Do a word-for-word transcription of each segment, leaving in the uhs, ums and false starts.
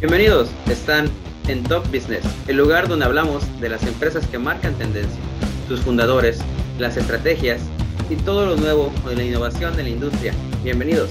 Bienvenidos, están en Top Business, el lugar donde hablamos de las empresas que marcan tendencia, sus fundadores, las estrategias y todo lo nuevo de la innovación de la industria. Bienvenidos.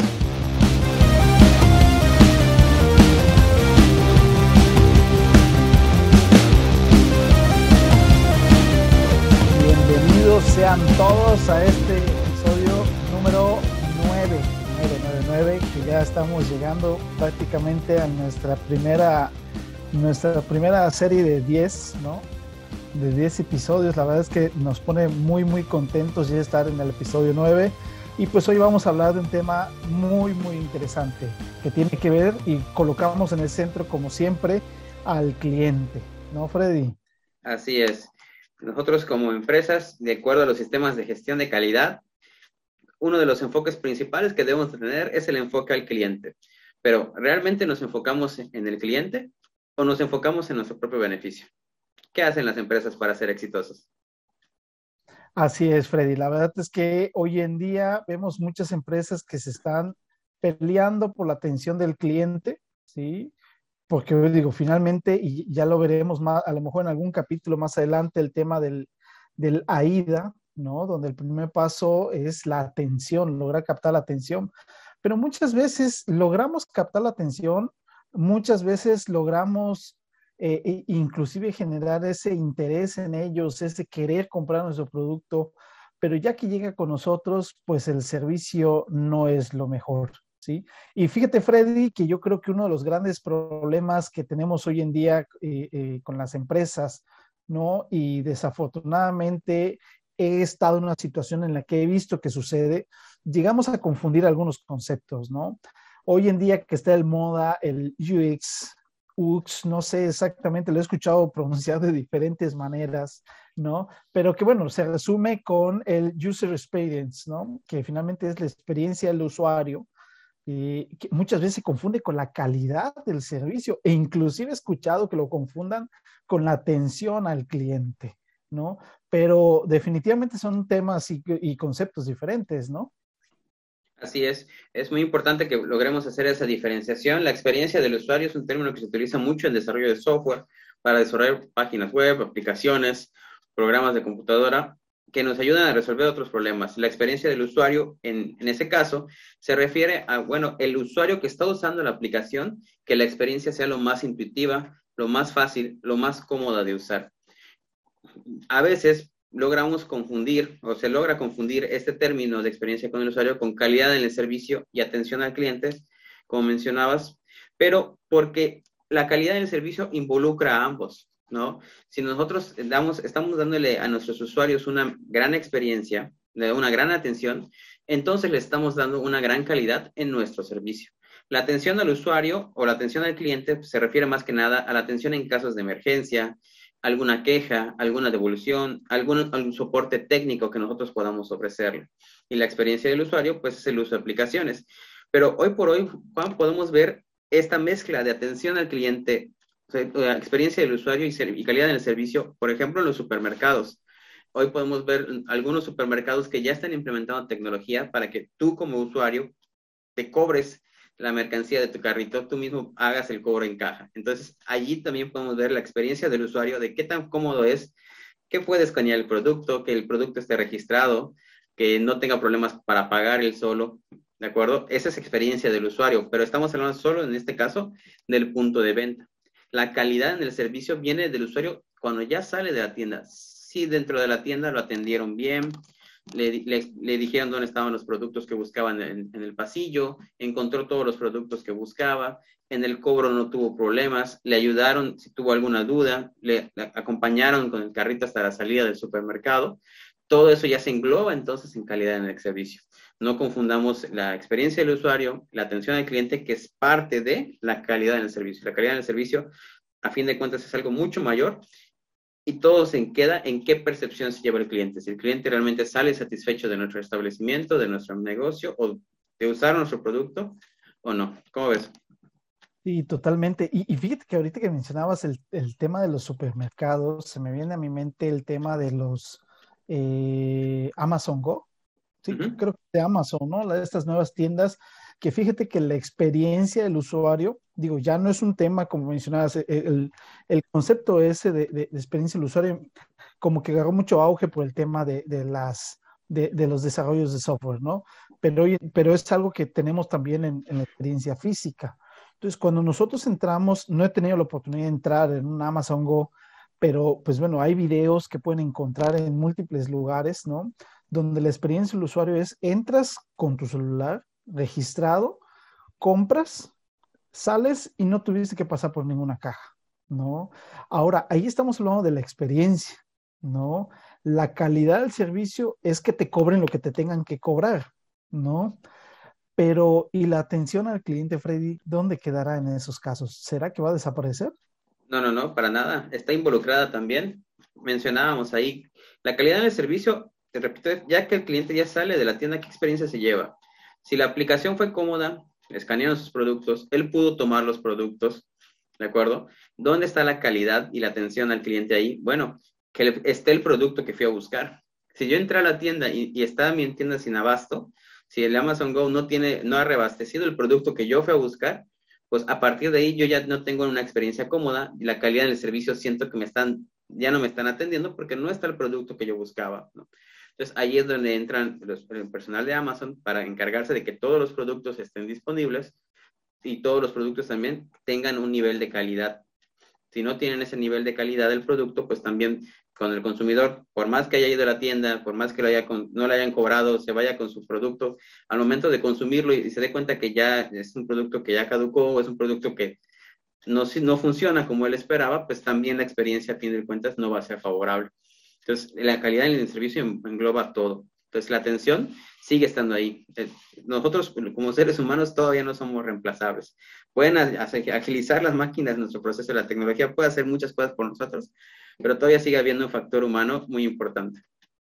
Bienvenidos sean todos a este episodio número nueve, nueve nueve nueve, que ya estamos llegando prácticamente a nuestra primera, nuestra primera serie de diez, ¿no? De diez episodios. La verdad es que nos pone muy, muy contentos ya estar en el episodio nueve. Y pues hoy vamos a hablar de un tema muy, muy interesante que tiene que ver, y colocamos en el centro, como siempre, al cliente, ¿no, Freddy? Así es. Nosotros como empresas, de acuerdo a los sistemas de gestión de calidad, uno de los enfoques principales que debemos tener es el enfoque al cliente. Pero, ¿realmente nos enfocamos en el cliente o nos enfocamos en nuestro propio beneficio? ¿Qué hacen las empresas para ser exitosas? Así es, Freddy. La verdad es que hoy en día vemos muchas empresas que se están peleando por la atención del cliente, ¿sí? Porque yo digo, finalmente, y ya lo veremos más, a lo mejor en algún capítulo más adelante, el tema del, del AIDA, ¿no? Donde el primer paso es la atención, lograr captar la atención. Pero muchas veces logramos captar la atención, muchas veces logramos eh, inclusive generar ese interés en ellos, ese querer comprar nuestro producto, pero ya que llega con nosotros, pues el servicio no es lo mejor, ¿sí? Y fíjate, Freddy, que yo creo que uno de los grandes problemas que tenemos hoy en día eh, eh, con las empresas, ¿no? Y desafortunadamente he estado en una situación en la que he visto que sucede, llegamos a confundir algunos conceptos, ¿no? Hoy en día que está el moda, el U X, U X, no sé exactamente, lo he escuchado pronunciar de diferentes maneras, ¿no? Pero que bueno, se resume con el User Experience, ¿no? Que finalmente es la experiencia del usuario, y que muchas veces se confunde con la calidad del servicio, e inclusive he escuchado que lo confundan con la atención al cliente, ¿no? Pero definitivamente son temas y, y conceptos diferentes, ¿no? Así es, es muy importante que logremos hacer esa diferenciación. La experiencia del usuario es un término que se utiliza mucho en desarrollo de software para desarrollar páginas web, aplicaciones, programas de computadora que nos ayudan a resolver otros problemas. La experiencia del usuario, en, en ese caso, se refiere a, bueno, el usuario que está usando la aplicación, que la experiencia sea lo más intuitiva, lo más fácil, lo más cómoda de usar. A veces logramos confundir, o se logra confundir este término de experiencia con el usuario con calidad en el servicio y atención al cliente, como mencionabas, pero porque la calidad en el servicio involucra a ambos, ¿no? Si nosotros damos, estamos dándole a nuestros usuarios una gran experiencia, una gran atención, entonces le estamos dando una gran calidad en nuestro servicio. La atención al usuario o la atención al cliente se refiere más que nada a la atención en casos de emergencia, alguna queja, alguna devolución, algún, algún soporte técnico que nosotros podamos ofrecerle. Y la experiencia del usuario, pues, es el uso de aplicaciones. Pero hoy por hoy, Juan, podemos ver esta mezcla de atención al cliente, o sea, la experiencia del usuario y, y calidad en el servicio, por ejemplo, en los supermercados. Hoy podemos ver algunos supermercados que ya están implementando tecnología para que tú como usuario te cobres la mercancía de tu carrito, tú mismo hagas el cobro en caja. Entonces, allí también podemos ver la experiencia del usuario, de qué tan cómodo es, que puede escanear el producto, que el producto esté registrado, que no tenga problemas para pagar él solo, ¿de acuerdo? Esa es experiencia del usuario, pero estamos hablando solo, en este caso, del punto de venta. La calidad en el servicio viene del usuario cuando ya sale de la tienda. Si dentro de la tienda lo atendieron bien, Le, le, le dijeron dónde estaban los productos que buscaban en, en el pasillo, encontró todos los productos que buscaba, en el cobro no tuvo problemas, le ayudaron si tuvo alguna duda, le, le acompañaron con el carrito hasta la salida del supermercado. Todo eso ya se engloba entonces en calidad en el servicio. No confundamos la experiencia del usuario, la atención al cliente, que es parte de la calidad en el servicio. La calidad en el servicio, a fin de cuentas, es algo mucho mayor. Y todo se queda en qué percepción se lleva el cliente. Si el cliente realmente sale satisfecho de nuestro establecimiento, de nuestro negocio, o de usar nuestro producto, o no. ¿Cómo ves? Sí, totalmente. Y, y fíjate que ahorita que mencionabas el, el tema de los supermercados, se me viene a mi mente el tema de los eh, Amazon Go. Sí, Uh-huh. creo que de Amazon, ¿no? La de estas nuevas tiendas que fíjate que la experiencia del usuario, digo, ya no es un tema, como mencionabas, el, el- el concepto ese de, de- de experiencia del usuario como que agarró mucho auge por el tema de, de las, de, de los desarrollos de software, ¿no? Pero, hoy- pero es algo que tenemos también en, en la experiencia física. Entonces, cuando nosotros entramos, no he tenido la oportunidad de entrar en un Amazon Go, pero pues bueno, hay videos que pueden encontrar en múltiples lugares, ¿no? Donde la experiencia del usuario es, entras con tu celular registrado, compras, sales y no tuviste que pasar por ninguna caja, ¿no? Ahora, ahí estamos hablando de la experiencia, ¿no? La calidad del servicio es que te cobren lo que te tengan que cobrar, ¿no? Pero, ¿y la atención al cliente, Freddy, dónde quedará en esos casos? ¿Será que va a desaparecer? No, no, no, para nada. Está involucrada también. Mencionábamos ahí la calidad del servicio, te repito, ya que el cliente ya sale de la tienda, ¿qué experiencia se lleva? Si la aplicación fue cómoda, escanearon sus productos, él pudo tomar los productos, ¿de acuerdo? ¿Dónde está la calidad y la atención al cliente ahí? Bueno, que le- esté el producto que fui a buscar. Si yo entré a la tienda y, y está mi tienda sin abasto, si el Amazon Go no tiene, no ha reabastecido el producto que yo fui a buscar, pues a partir de ahí yo ya no tengo una experiencia cómoda y la calidad del servicio siento que me están, ya no me están atendiendo porque no está el producto que yo buscaba, ¿no? Entonces ahí es donde entran los, el personal de Amazon para encargarse de que todos los productos estén disponibles y todos los productos también tengan un nivel de calidad. Si no tienen ese nivel de calidad del producto, pues también con el consumidor, por más que haya ido a la tienda, por más que lo haya con, no le hayan cobrado, se vaya con su producto, al momento de consumirlo y, y se dé cuenta que ya es un producto que ya caducó o es un producto que no, no funciona como él esperaba, pues también la experiencia, a fin de cuentas, no va a ser favorable. Entonces, la calidad del servicio engloba todo. Entonces, la atención sigue estando ahí. Nosotros, como seres humanos, todavía no somos reemplazables. Pueden agilizar las máquinas nuestro proceso, la tecnología puede hacer muchas cosas por nosotros, pero todavía sigue habiendo un factor humano muy importante.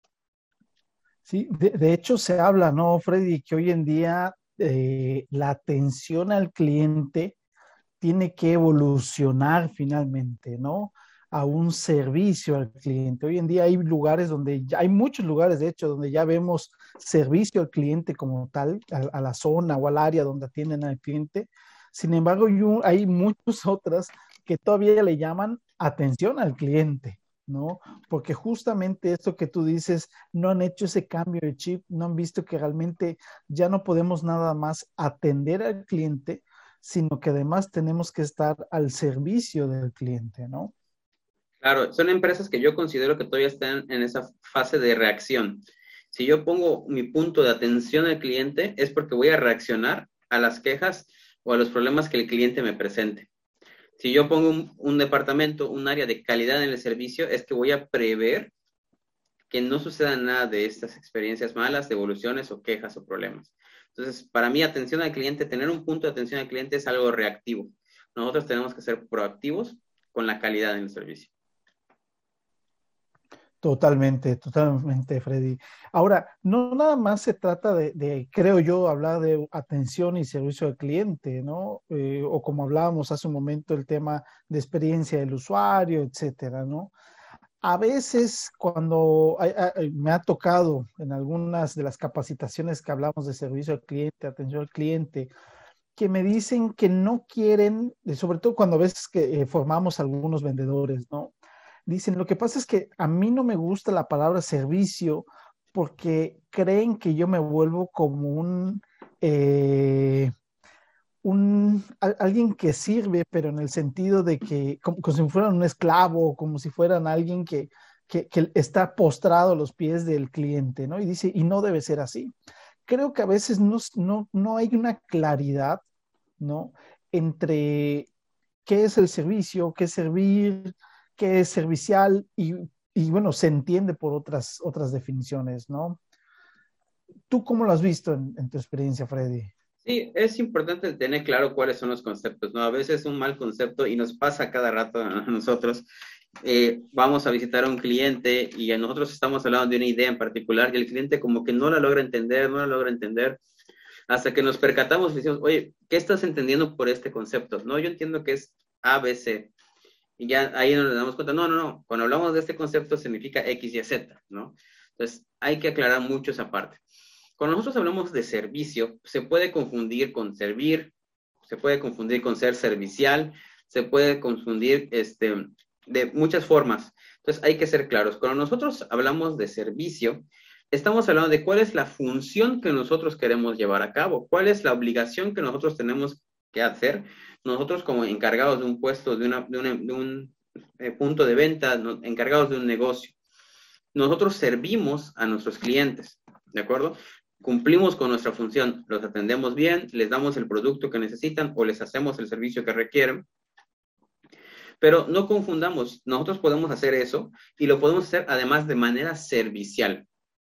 Sí, de, de hecho se habla, ¿no, Freddy? Que hoy en día eh, la atención al cliente tiene que evolucionar finalmente, ¿no? A un servicio al cliente. Hoy en día hay lugares donde, ya, hay muchos lugares, de hecho, donde ya vemos servicio al cliente como tal, a, a la zona o al área donde atienden al cliente. Sin embargo, yo- hay muchas otras que todavía le llaman atención al cliente, ¿no? Porque justamente esto que tú dices, no han hecho ese cambio de chip, no han visto que realmente ya no podemos nada más atender al cliente, sino que además tenemos que estar al servicio del cliente, ¿no? Claro, son empresas que yo considero que todavía están en esa fase de reacción. Si yo pongo mi punto de atención al cliente, es porque voy a reaccionar a las quejas o a los problemas que el cliente me presente. Si yo pongo un, un departamento, un área de calidad en el servicio, es que voy a prever que no suceda nada de estas experiencias malas, devoluciones o quejas o problemas. Entonces, para mí, atención al cliente, tener un punto de atención al cliente es algo reactivo. Nosotros tenemos que ser proactivos con la calidad en el servicio. Totalmente, totalmente, Freddy. Ahora, no nada más se trata de, de, creo yo, hablar de atención y servicio al cliente, ¿no? Eh, o como hablábamos hace un momento, el tema de experiencia del usuario, etcétera, ¿no? A veces cuando hay- hay- me ha tocado en algunas de las capacitaciones que hablamos de servicio al cliente, atención al cliente, que me dicen que no quieren, eh, sobre todo cuando a veces que eh, formamos algunos vendedores, ¿no? Dicen, lo que pasa es que a mí no me gusta la palabra servicio porque creen que yo me vuelvo como un, eh, un a- alguien que sirve, pero en el sentido de que, como, como si fueran un esclavo, como si fueran alguien que, que, que está postrado a los pies del cliente, ¿no? Y dice, y no debe ser así. Creo que a veces no, no, no hay una claridad, ¿no? Entre qué es el servicio, qué es servir, qué es servicial y, y bueno, se entiende por otras, otras definiciones, ¿no? ¿Tú cómo lo has visto en, en tu experiencia, Freddy? Sí, es importante tener claro cuáles son los conceptos, ¿no? A veces un mal concepto y nos pasa cada rato a nosotros. Eh, vamos a visitar a un cliente y nosotros estamos hablando de una idea en particular y el cliente como que no la logra entender, no la logra entender, hasta que nos percatamos y decimos, oye, ¿qué estás entendiendo por este concepto? No, yo entiendo que es A, B, C. Y ya ahí nos damos cuenta, no, no, no, cuando hablamos de este concepto significa X, Y, Z, ¿no? Entonces, hay que aclarar mucho esa parte. Cuando nosotros hablamos de servicio, se puede confundir con servir, se puede confundir con ser servicial, se puede confundir este, de muchas formas. Entonces hay que ser claros. Cuando nosotros hablamos de servicio, estamos hablando de cuál es la función que nosotros queremos llevar a cabo, cuál es la obligación que nosotros tenemos que hacer, nosotros como encargados de un puesto, de, una, de, una, de un eh, punto de venta, no, encargados de un negocio. Nosotros servimos a nuestros clientes, ¿de acuerdo? Cumplimos con nuestra función, los atendemos bien, les damos el producto que necesitan o les hacemos el servicio que requieren. Pero no confundamos, nosotros podemos hacer eso y lo podemos hacer además de manera servicial.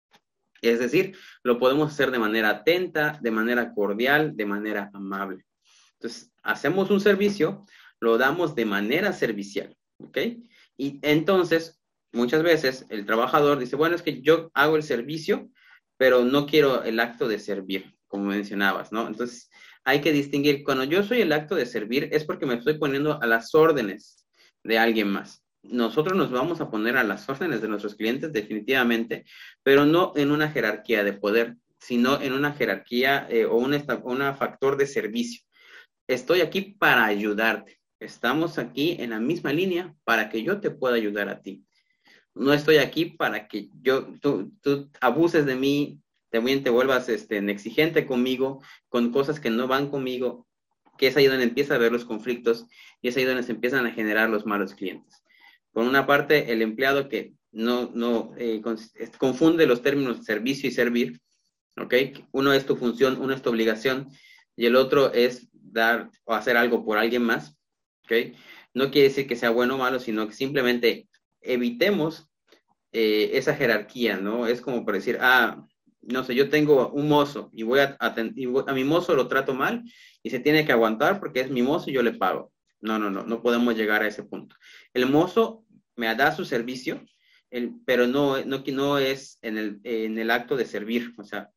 Es decir, lo podemos hacer de manera atenta, de manera cordial, de manera amable. Entonces, hacemos un servicio, lo damos de manera servicial, ¿ok? Y entonces, muchas veces el trabajador dice, bueno, es que yo hago el servicio, pero no quiero el acto de servir, como mencionabas, ¿no? Entonces, hay que distinguir, cuando yo soy el acto de servir, es porque me estoy poniendo a las órdenes de alguien más. Nosotros nos vamos a poner a las órdenes de nuestros clientes definitivamente, pero no en una jerarquía de poder, sino en una jerarquía eh, o un una factor de servicio. Estoy aquí para ayudarte. Estamos aquí en la misma línea para que yo te pueda ayudar a ti. No estoy aquí para que yo, tú, tú abuses de mí, también te vuelvas este, exigente conmigo, con cosas que no van conmigo, que es ahí donde empieza a haber los conflictos y es ahí donde se empiezan a generar los malos clientes. Por una parte, el empleado que no, no eh, confunde los términos servicio y servir, ¿ok? Uno es tu función, uno es tu obligación y el otro es dar o hacer algo por alguien más, ¿ok? No quiere decir que sea bueno o malo, sino que simplemente evitemos eh, esa jerarquía, ¿no? Es como por decir, ah, no sé, yo tengo un mozo y voy a, a, y voy, a mi mozo lo trato mal y se tiene que aguantar porque es mi mozo y yo le pago. No, no, no, no podemos llegar a ese punto. El mozo me da su servicio, el, pero no, no, no es en el, en el acto de servir. O sea,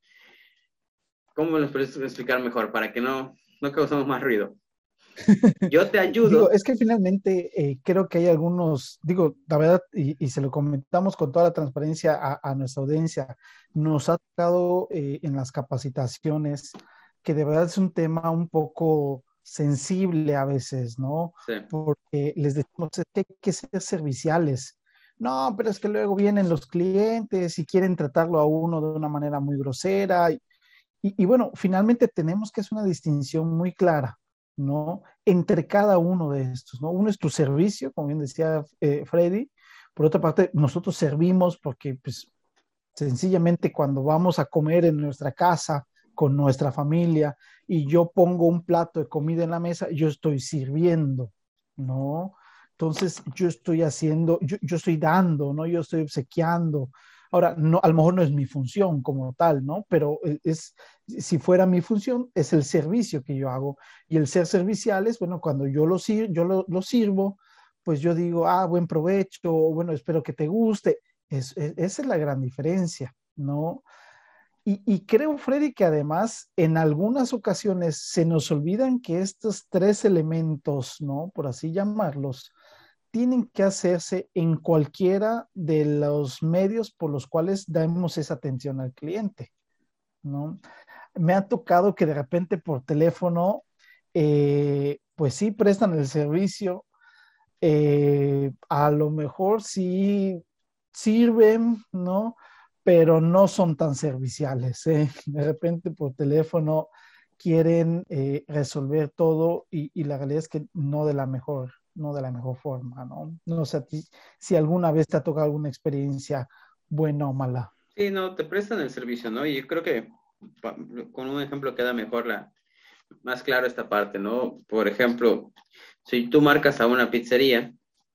¿cómo me lo puedes explicar mejor para que no, no causemos más ruido? Yo te ayudo. Digo, es que finalmente eh, creo que hay algunos, digo, la verdad, y, y se lo comentamos con toda la transparencia a, a nuestra audiencia, nos ha tocado eh, en las capacitaciones que de verdad es un tema un poco sensible a veces, ¿no? Sí. Porque les decimos es que hay que ser serviciales. No, pero es que luego vienen los clientes y quieren tratarlo a uno de una manera muy grosera. Y, y, y bueno, finalmente tenemos que hacer una distinción muy clara, ¿no? Entre cada uno de estos, ¿no? Uno es tu servicio, como bien decía eh, Freddy. Por otra parte, nosotros servimos porque, pues, sencillamente cuando vamos a comer en nuestra casa con nuestra familia y yo pongo un plato de comida en la mesa, yo estoy sirviendo, ¿no? Entonces, yo estoy haciendo, yo, yo estoy dando, ¿no? Yo estoy obsequiando. Ahora, no, a lo mejor no es mi función como tal, ¿no? Pero es, si fuera mi función, es el servicio que yo hago. Y el ser servicial es, bueno, cuando yo lo, sir yo lo, lo sirvo, pues yo digo, ah, buen provecho, bueno, espero que te guste. Es, es, esa es la gran diferencia, ¿no? Y, y creo, Freddy, que además en algunas ocasiones se nos olvidan que estos tres elementos, ¿no? Por así llamarlos, tienen que hacerse en cualquiera de los medios por los cuales damos esa atención al cliente, ¿no? Me ha tocado que de repente por teléfono, eh, pues sí prestan el servicio, eh, a lo mejor sí sirven, ¿no? Pero no son tan serviciales, ¿eh? De repente por teléfono quieren eh, resolver todo y, y la realidad es que no de la mejor no de la mejor forma, ¿no? No sé a ti, si alguna vez te ha tocado alguna experiencia buena o mala. Sí, no, te prestan el servicio, ¿no? Y yo creo que pa, con un ejemplo queda mejor la, más claro esta parte, ¿no? Por ejemplo, si tú marcas a una pizzería,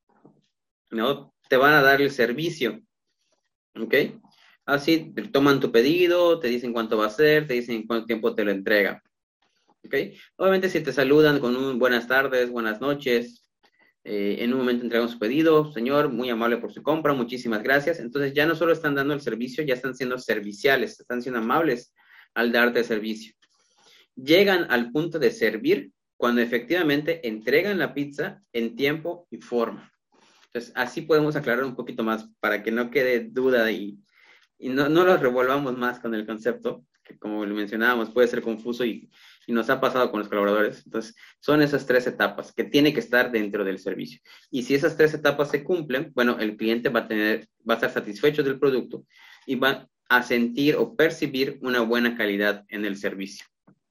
¿no? Te van a dar el servicio, ¿ok? Así, te toman tu pedido, te dicen cuánto va a ser, te dicen cuánto tiempo te lo entregan, ¿ok? Obviamente si te saludan con un buenas tardes, buenas noches, Eh, en un momento entregan su pedido, señor, muy amable por su compra, muchísimas gracias. Entonces ya no solo están dando el servicio, ya están siendo serviciales, están siendo amables al darte el servicio. Llegan al punto de servir cuando efectivamente entregan la pizza en tiempo y forma. Entonces así podemos aclarar un poquito más para que no quede duda y, y no, no los revolvamos más con el concepto, que como lo mencionábamos, puede ser confuso y, y nos ha pasado con los colaboradores. Entonces, son esas tres etapas que tiene que estar dentro del servicio. Y si esas tres etapas se cumplen, bueno, el cliente va a tener, va a estar satisfecho del producto y va a sentir o percibir una buena calidad en el servicio.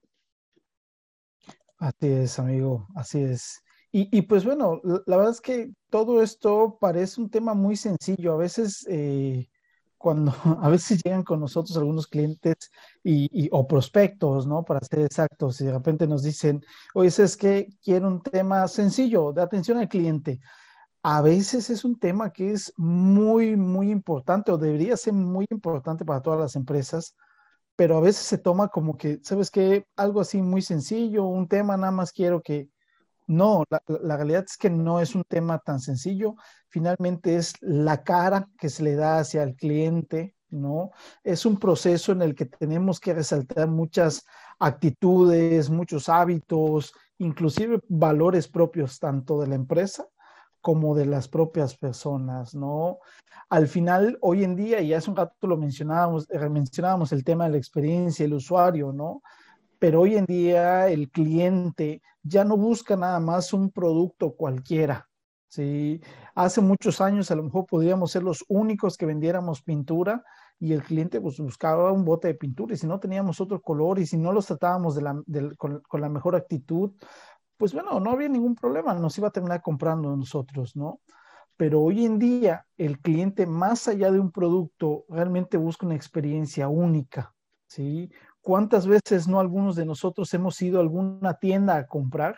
Así es, amigo, así es. Y, y pues bueno, la, la verdad es que todo esto parece un tema muy sencillo. A veces, eh, cuando a veces llegan con nosotros algunos clientes y, y- o prospectos, ¿no? Para ser exactos, y de repente nos dicen, oye, es que quiero un tema sencillo de atención al cliente. A veces es un tema que es muy, muy importante o debería ser muy importante para todas las empresas, pero a veces se toma como que, ¿sabes qué? Algo así muy sencillo, un tema, nada más quiero que... No, la, la- la realidad es que no es un tema tan sencillo. Finalmente es la cara que se le da hacia el cliente, ¿no? Es un proceso en el que tenemos que resaltar muchas actitudes, muchos hábitos, inclusive valores propios tanto de la empresa como de las propias personas, ¿no? Al final, hoy en día, y hace un rato lo mencionábamos, eh, mencionábamos el tema de la experiencia, el usuario, ¿no? Pero hoy en día el cliente ya no busca nada más un producto cualquiera. ¿Sí? Hace muchos años a lo mejor podríamos ser los únicos que vendiéramos pintura y el cliente pues, buscaba un bote de pintura y si no teníamos otro color y si no los tratábamos de la, de, con, con la mejor actitud, pues bueno, no había ningún problema, nos iba a terminar comprando nosotros, ¿no? Pero hoy en día el cliente, más allá de un producto, realmente busca una experiencia única, ¿sí? ¿Cuántas veces no algunos de nosotros hemos ido a alguna tienda a comprar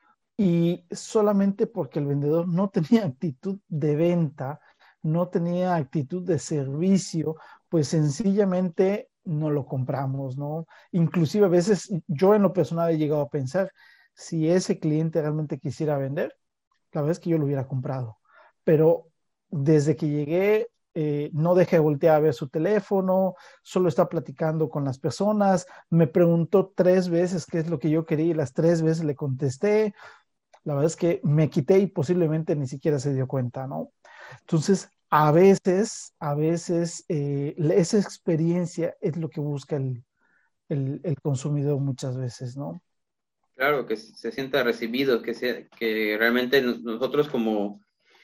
y solamente porque el vendedor no tenía actitud de venta, no tenía actitud de servicio, pues sencillamente no lo compramos, ¿no? Inclusive a veces yo en lo personal he llegado a pensar, si ese cliente realmente quisiera vender, la verdad es que yo lo hubiera comprado. Pero desde que llegué, eh, no dejé de voltear a ver su teléfono, solo está platicando con las personas, me preguntó tres veces qué es lo que yo quería y las tres veces le contesté. La verdad es que me quité y posiblemente ni siquiera se dio cuenta, ¿no? Entonces, a veces, a veces, eh, esa experiencia es lo que busca el, el, el consumidor muchas veces, ¿no? Claro, que se sienta recibido, que, sea, que realmente nosotros como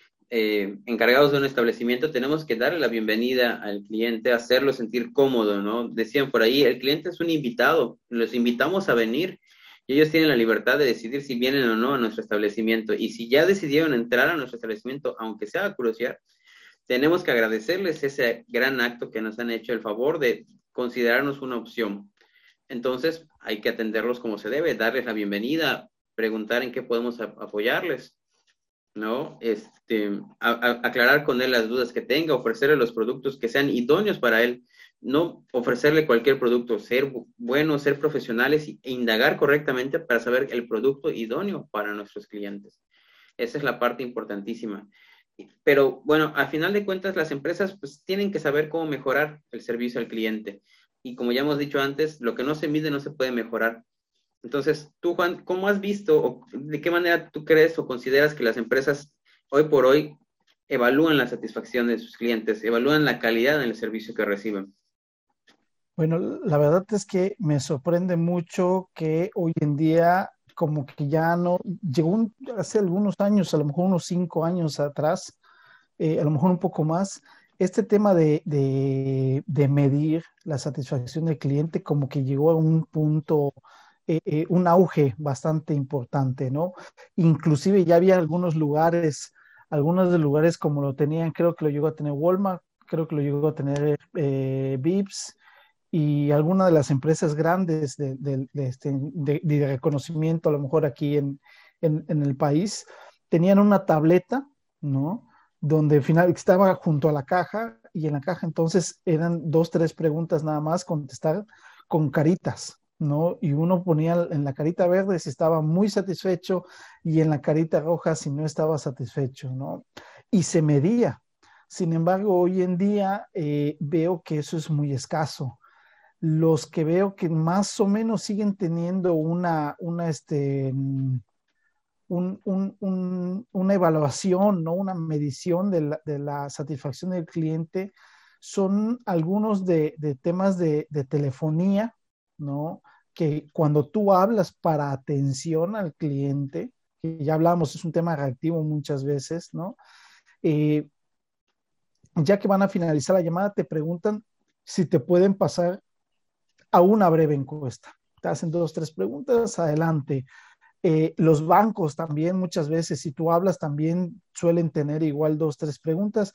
eh, encargados de un establecimiento tenemos que darle la bienvenida al cliente, hacerlo sentir cómodo, ¿no? Decían por ahí, el cliente es un invitado, los invitamos a venir y ellos tienen la libertad de decidir si vienen o no a nuestro establecimiento. Y si ya decidieron entrar a nuestro establecimiento, aunque sea a curiosidad, tenemos que agradecerles ese gran acto que nos han hecho el favor de considerarnos una opción. Entonces, hay que atenderlos como se debe, darles la bienvenida, preguntar en qué podemos apoyarles, ¿no? Este, a, a, aclarar con él las dudas que tenga, ofrecerle los productos que sean idóneos para él, no ofrecerle cualquier producto, ser buenos, ser profesionales e indagar correctamente para saber el producto idóneo para nuestros clientes. Esa es la parte importantísima. Pero bueno, al final de cuentas, las empresas pues tienen que saber cómo mejorar el servicio al cliente. Y como ya hemos dicho antes, lo que no se mide no se puede mejorar. Entonces, tú, Juan, ¿cómo has visto o de qué manera tú crees o consideras que las empresas hoy por hoy evalúan la satisfacción de sus clientes, evalúan la calidad en el servicio que reciben? Bueno, la verdad es que me sorprende mucho que hoy en día como que ya no, llegó un- hace algunos años, a lo mejor unos cinco años atrás, eh, a lo mejor un poco más, este tema de, de- de medir la satisfacción del cliente como que llegó a un punto, eh, eh, un auge bastante importante, ¿no? Inclusive ya había algunos lugares, algunos de lugares como lo tenían, creo que lo llegó a tener Walmart, creo que lo llegó a tener eh, Vips y alguna de las empresas grandes de, de- de este, de- de reconocimiento, a lo mejor aquí en, en- en el país, tenían una tableta, ¿no? Donde al final estaba junto a la caja y en la caja entonces eran dos, tres preguntas nada más contestar con caritas, ¿no? Y uno ponía en la carita verde si estaba muy satisfecho y en la carita roja si no estaba satisfecho, ¿no? Y se medía. Sin embargo, hoy en día eh, veo que eso es muy escaso. Los que veo que más o menos siguen teniendo una, una, este, mm, un- un- un- una evaluación, ¿no? Una medición de la, de la satisfacción del cliente, son algunos de, de temas de, de telefonía, ¿no? Que cuando tú hablas para atención al cliente, que ya hablamos, es un tema reactivo muchas veces, ¿no? Eh, ya que van a finalizar la llamada, te preguntan si te pueden pasar a una breve encuesta. Te hacen dos, tres preguntas, adelante. Eh, los bancos también muchas veces, si tú hablas, también suelen tener igual dos, tres preguntas.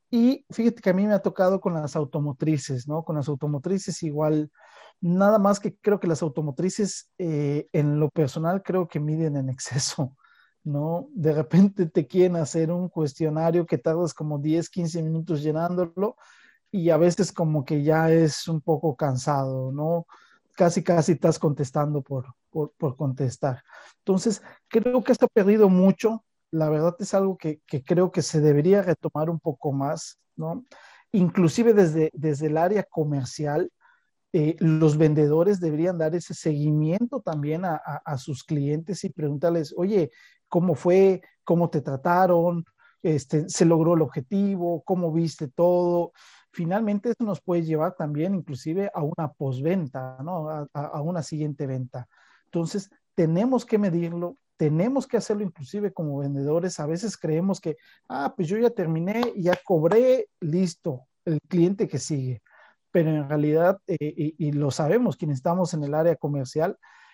Y fíjate que a mí me ha tocado con las automotrices, ¿no? Con las automotrices igual, nada más que creo que las automotrices eh, en lo personal creo que miden en exceso, ¿no? De repente te quieren hacer un cuestionario que tardas como diez quince minutos llenándolo y a veces como que ya es un poco cansado, ¿no? Casi, casi estás contestando por, por, por contestar. Entonces, creo que se ha perdido mucho. La verdad es algo que, que creo que se debería retomar un poco más, ¿no? Inclusive desde, desde el área comercial, eh, los vendedores deberían dar ese seguimiento también a, a, a sus clientes y preguntarles, oye, ¿cómo fue? ¿Cómo te trataron? Este, ¿se logró el objetivo? ¿Cómo viste todo? Finalmente eso nos puede llevar también inclusive a una postventa, ¿no? A, a, a una siguiente venta. Entonces, tenemos que medirlo, tenemos que hacerlo inclusive como vendedores. A veces creemos que, ah, pues yo ya terminé, ya cobré, listo, el cliente que sigue. Pero en realidad, eh, y, y lo sabemos quienes estamos en el área comercial,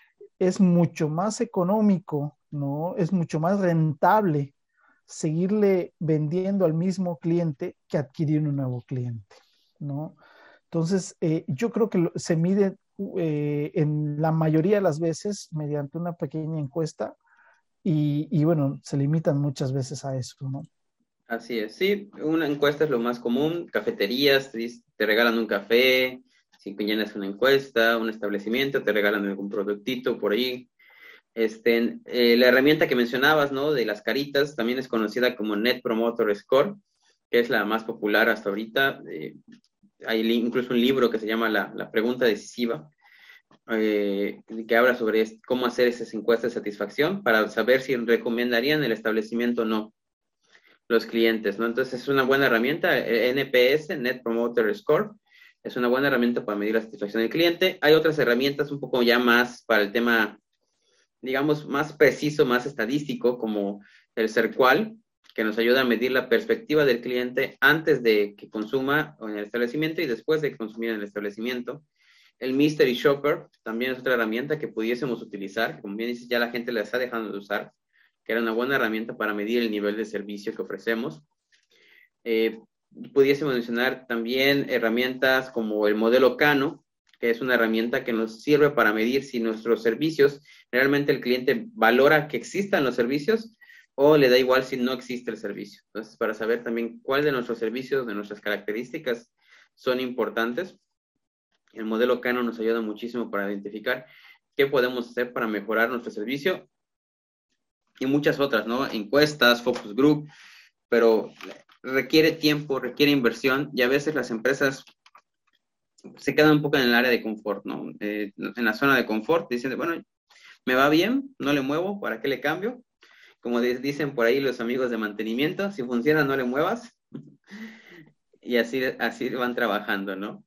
es mucho más económico, ¿no? Es mucho más rentable seguirle vendiendo al mismo cliente que adquirir un nuevo cliente, ¿no? Entonces, eh, yo creo que lo- se mide eh, en la mayoría de las veces mediante una pequeña encuesta y, y, bueno, se limitan muchas veces a eso, ¿no? Así es, sí, una encuesta es lo más común, cafeterías te, dis- te regalan un café, si llenas una encuesta, un establecimiento, te regalan algún productito por ahí. Este, eh, la herramienta que mencionabas, ¿no? De las caritas, también es conocida como Net Promoter Score, que es la más popular hasta ahorita. Eh, hay li- incluso un libro que se llama La, la pregunta decisiva, eh, que habla sobre es- cómo hacer esas encuestas de satisfacción para saber si recomendarían el establecimiento o no los clientes, ¿no? Entonces es una buena herramienta, eh, N P S, Net Promoter Score, es una buena herramienta para medir la satisfacción del cliente. Hay otras herramientas un poco ya más para el tema, digamos, más preciso, más estadístico, como el CERQUAL, que nos ayuda a medir la perspectiva del cliente antes de que consuma en el establecimiento y después de consumir en el establecimiento. El Mystery Shopper también es otra herramienta que pudiésemos utilizar, como bien dices, ya la gente la está dejando de usar, que era una buena herramienta para medir el nivel de servicio que ofrecemos. Eh, Pudiésemos mencionar también herramientas como el modelo Cano, que es una herramienta que nos sirve para medir si nuestros servicios, realmente el cliente valora que existan los servicios o le da igual si no existe el servicio. Entonces, para saber también cuál de nuestros servicios, de nuestras características son importantes, el modelo Cano nos ayuda muchísimo para identificar qué podemos hacer para mejorar nuestro servicio y muchas otras, ¿no? Encuestas, focus group, pero requiere tiempo, requiere inversión y a veces las empresas se quedan un poco en el área de confort, ¿no? Eh, en la zona de confort, dicen, bueno, me va bien, no le muevo, ¿para qué le cambio? Como dicen por ahí los amigos de mantenimiento, si funciona no le muevas y así, así van trabajando, ¿no?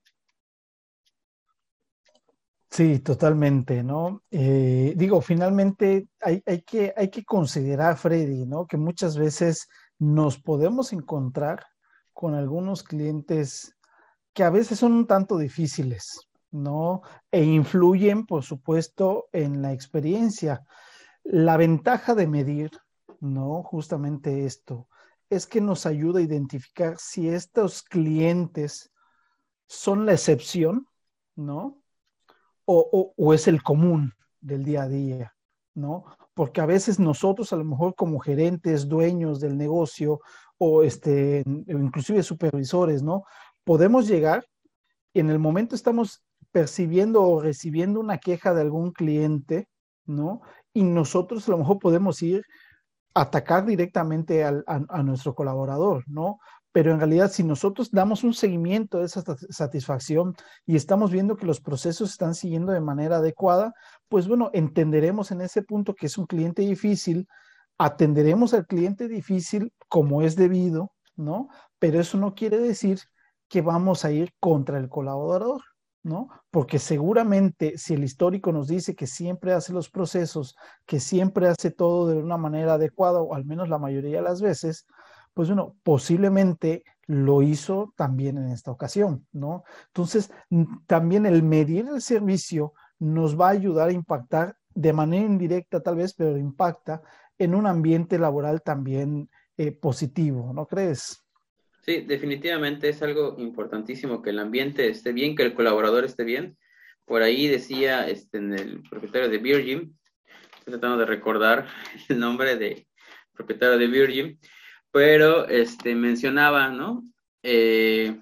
Sí, totalmente, ¿no? Eh, digo, finalmente hay, hay que, hay que considerar, Freddy, ¿no? Que muchas veces nos podemos encontrar con algunos clientes que a veces son un tanto difíciles, ¿no? E influyen, por supuesto, en la experiencia. La ventaja de medir, ¿no? Justamente esto, es que nos ayuda a identificar si estos clientes son la excepción, ¿no? O, o, o es el común del día a día, ¿no? Porque a veces nosotros, a lo mejor como gerentes, dueños del negocio o este, inclusive supervisores, ¿no? Podemos llegar y en el momento estamos percibiendo o recibiendo una queja de algún cliente, ¿no? Y nosotros a lo mejor podemos ir atacar directamente al, a, a, nuestro colaborador, ¿no? Pero en realidad, si nosotros damos un seguimiento de esa satisfacción y estamos viendo que los procesos están siguiendo de manera adecuada, pues bueno, entenderemos en ese punto que es un cliente difícil, atenderemos al cliente difícil como es debido, ¿no? Pero eso no quiere decir que vamos a ir contra el colaborador, ¿no? Porque seguramente si el histórico nos dice que siempre hace los procesos, que siempre hace todo de una manera adecuada, o al menos la mayoría de las veces, pues bueno, posiblemente lo hizo también en esta ocasión, ¿no? Entonces, también el medir el servicio nos va a ayudar a impactar de manera indirecta tal vez, pero impacta en un ambiente laboral también eh, positivo, ¿no crees? Sí, definitivamente es algo importantísimo que el ambiente esté bien, que el colaborador esté bien. Por ahí decía este, en el propietario de Virgin, estoy tratando de recordar el nombre de propietario de Virgin, pero este, mencionaba, ¿no? Eh,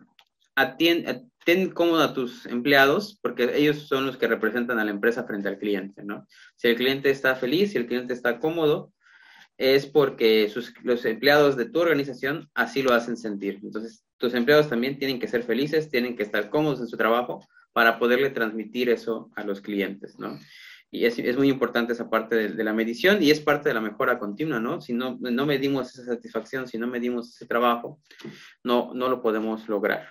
atien, ten cómodo a tus empleados, porque ellos son los que representan a la empresa frente al cliente, ¿no? Si el cliente está feliz, si el cliente está cómodo, es porque sus, los empleados de tu organización así lo hacen sentir. Entonces, tus empleados también tienen que ser felices, tienen que estar cómodos en su trabajo para poderle transmitir eso a los clientes, ¿no? Y es, es muy importante esa parte de, de, la medición y es parte de la mejora continua, ¿no? Si no, no medimos esa satisfacción, si no medimos ese trabajo, no, no lo podemos lograr.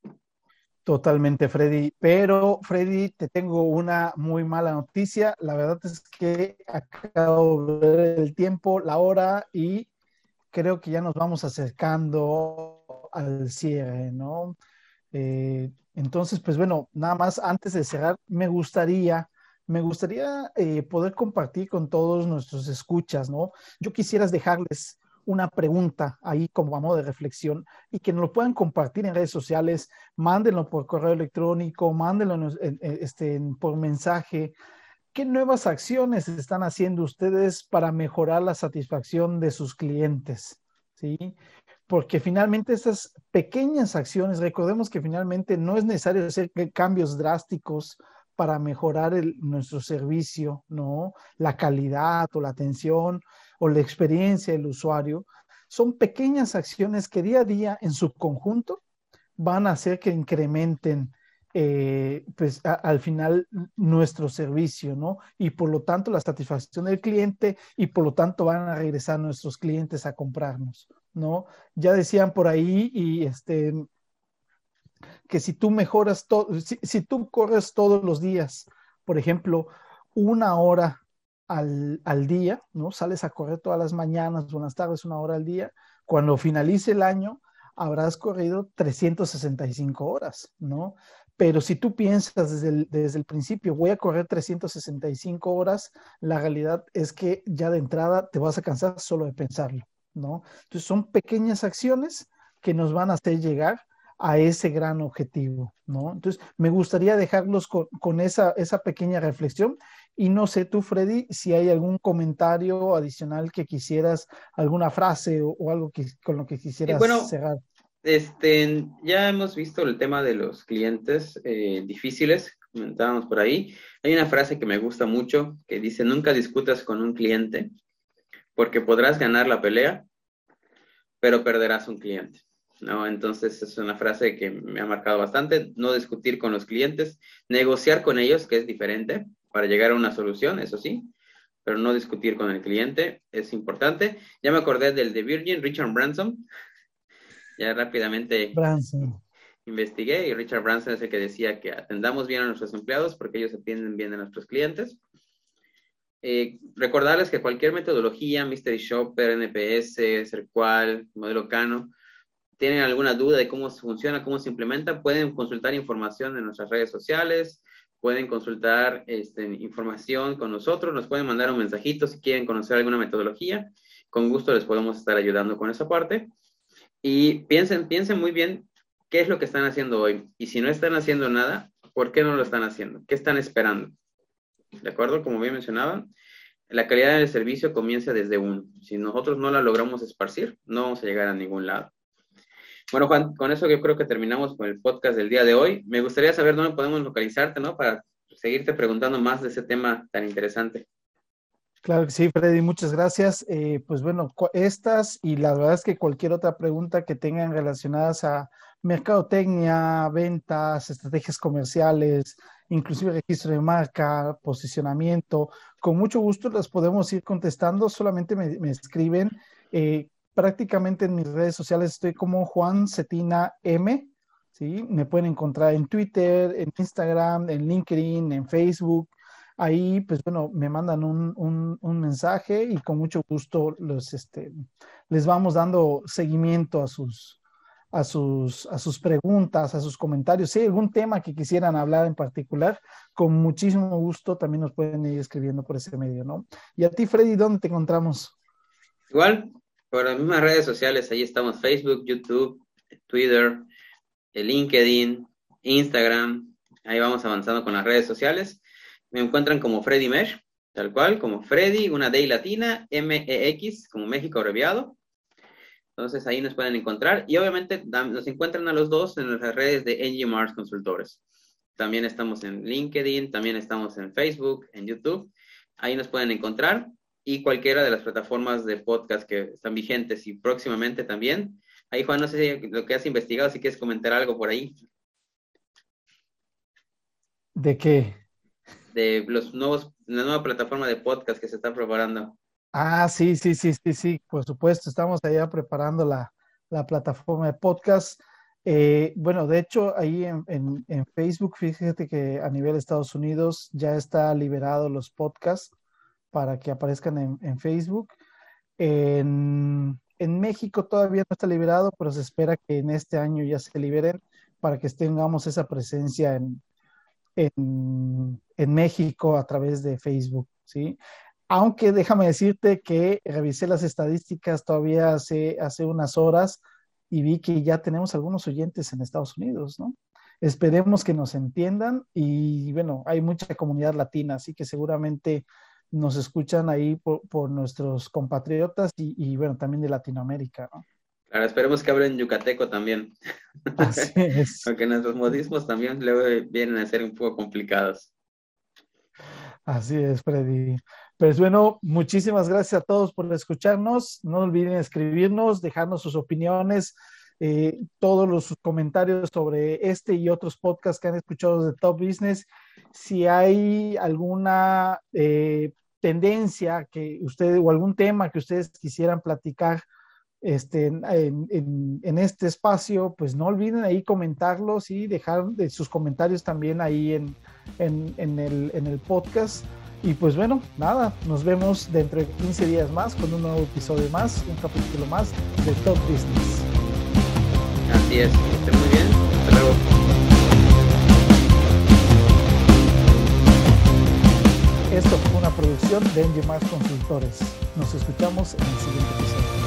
Totalmente, Freddy. Pero, Freddy, te tengo una muy mala noticia. La verdad es que acabo de ver el tiempo, la hora, y creo que ya nos vamos acercando al cierre, ¿no? Eh, entonces, pues bueno, nada más antes de cerrar, me gustaría, me gustaría eh, poder compartir con todos nuestros escuchas, ¿no? Yo quisiera dejarles una pregunta ahí como a modo de reflexión y que nos lo puedan compartir en redes sociales, mándenlo por correo electrónico, mándenlo en, en, este, por mensaje. ¿Qué nuevas acciones están haciendo ustedes para mejorar la satisfacción de sus clientes? ¿Sí? Porque finalmente esas pequeñas acciones, recordemos que finalmente no es necesario hacer cambios drásticos para mejorar el, nuestro servicio, ¿no? La calidad o la atención o la experiencia del usuario. Son pequeñas acciones que día a día en su conjunto van a hacer que incrementen eh, pues a, al final nuestro servicio, ¿no? Y por lo tanto la satisfacción del cliente y por lo tanto van a regresar nuestros clientes a comprarnos, ¿no? Ya decían por ahí y este que si tú mejoras todo, si, si tú corres todos los días, por ejemplo, una hora al, al día, ¿no? Sales a correr todas las mañanas, buenas tardes, una hora al día, cuando finalice el año, habrás corrido trescientas sesenta y cinco horas, ¿no? Pero si tú piensas desde el, desde el principio, voy a correr trescientas sesenta y cinco horas, la realidad es que ya de entrada te vas a cansar solo de pensarlo, ¿no? Entonces son pequeñas acciones que nos van a hacer llegar a ese gran objetivo, ¿no? Entonces, me gustaría dejarlos con, con esa, esa pequeña reflexión y no sé tú, Freddy, si hay algún comentario adicional que quisieras, alguna frase o, o algo que, con lo que Y quisieras bueno, cerrar. este, ya hemos visto el tema de los clientes eh, difíciles, comentábamos por ahí. Hay una frase que me gusta mucho que dice, nunca discutas con un cliente porque podrás ganar la pelea, pero perderás un cliente, ¿no? Entonces es una frase que me ha marcado bastante, no discutir con los clientes, negociar con ellos, que es diferente, para llegar a una solución, eso sí, pero no discutir con el cliente es importante. Ya me acordé del de Virgin, Richard Branson, ya rápidamente Branson. investigué y Richard Branson es el que decía que atendamos bien a nuestros empleados porque ellos atienden bien a nuestros clientes. Eh, recordarles que cualquier metodología, Mystery Shopper, N P S, Cercual, modelo Cano, tienen alguna duda de cómo funciona, cómo se implementa, pueden consultar información en nuestras redes sociales, pueden consultar este, información con nosotros, nos pueden mandar un mensajito si quieren conocer alguna metodología, con gusto les podemos estar ayudando con esa parte. Y piensen, piensen muy bien qué es lo que están haciendo hoy. Y si no están haciendo nada, ¿por qué no lo están haciendo? ¿Qué están esperando? ¿De acuerdo? Como bien mencionaban, la calidad del servicio comienza desde uno. Si nosotros no la logramos esparcir, no vamos a llegar a ningún lado. Bueno, Juan, con eso yo creo que terminamos con el podcast del día de hoy. Me gustaría saber dónde podemos localizarte, ¿no? Para seguirte preguntando más de ese tema tan interesante. Claro que sí, Freddy, muchas gracias. Eh, pues bueno, estas y la verdad es que cualquier otra pregunta que tengan relacionadas a mercadotecnia, ventas, estrategias comerciales, inclusive registro de marca, posicionamiento, con mucho gusto las podemos ir contestando. Solamente me, me escriben. Eh, prácticamente en mis redes sociales estoy como Juan Cetina M ¿sí? Me pueden encontrar en Twitter, en Instagram, en LinkedIn, en Facebook. Ahí, pues bueno, me mandan un, un, un mensaje y con mucho gusto los, este, les vamos dando seguimiento a sus, a sus, a sus preguntas, a sus comentarios. Si hay algún tema que quisieran hablar en particular, con muchísimo gusto también nos pueden ir escribiendo por ese medio, ¿no? Y a ti, Freddy, ¿dónde te encontramos? Igual, por las mismas redes sociales, ahí estamos: Facebook, YouTube, Twitter, LinkedIn, Instagram. Ahí vamos avanzando con las redes sociales. Me encuentran como Freddy Mesh, tal cual, como Freddy, una D latina, M E X, como México abreviado. Entonces ahí nos pueden encontrar. Y obviamente nos encuentran a los dos en las redes de N G Mars Consultores. También estamos en LinkedIn, también estamos en Facebook, en YouTube. Ahí nos pueden encontrar. Y cualquiera de las plataformas de podcast que están vigentes y próximamente también. Ahí, Juan, no sé si lo que has investigado, si quieres comentar algo por ahí. ¿De qué? De los nuevos, la nueva plataforma de podcast que se está preparando. Ah, sí, sí, sí, sí, sí, por supuesto. Estamos allá preparando la, la plataforma de podcast. Eh, bueno, de hecho, ahí en, en, en Facebook, fíjate que a nivel de Estados Unidos ya está liberado los podcasts para que aparezcan en, en Facebook. En, en México todavía no está liberado, pero se espera que en este año ya se liberen para que tengamos esa presencia en, en, en México a través de Facebook, ¿sí? Aunque déjame decirte que revisé las estadísticas todavía hace, hace unas horas y vi que ya tenemos algunos oyentes en Estados Unidos, ¿no? Esperemos que nos entiendan y bueno, hay mucha comunidad latina, así que seguramente nos escuchan ahí por, por nuestros compatriotas y, y bueno, también de Latinoamérica, ¿no? Claro, esperemos que hablen yucateco también. Así es. Porque nuestros modismos también luego vienen a ser un poco complicados. Así es, Freddy. Pues bueno, muchísimas gracias a todos por escucharnos. No olviden escribirnos, dejarnos sus opiniones, eh, todos los sus comentarios sobre este y otros podcasts que han escuchado de Top Business. Si hay alguna eh, tendencia que ustedes o algún tema que ustedes quisieran platicar este, en, en, en este espacio, pues no olviden ahí comentarlos y dejar de sus comentarios también ahí en, en, en, el, en el podcast. Y pues bueno, nada, nos vemos dentro de quince días más con un nuevo episodio más, un capítulo más de Top Business. Así es, que estén muy bien, hasta luego. Esto fue una producción de N G Mars Consultores. Nos escuchamos en el siguiente episodio.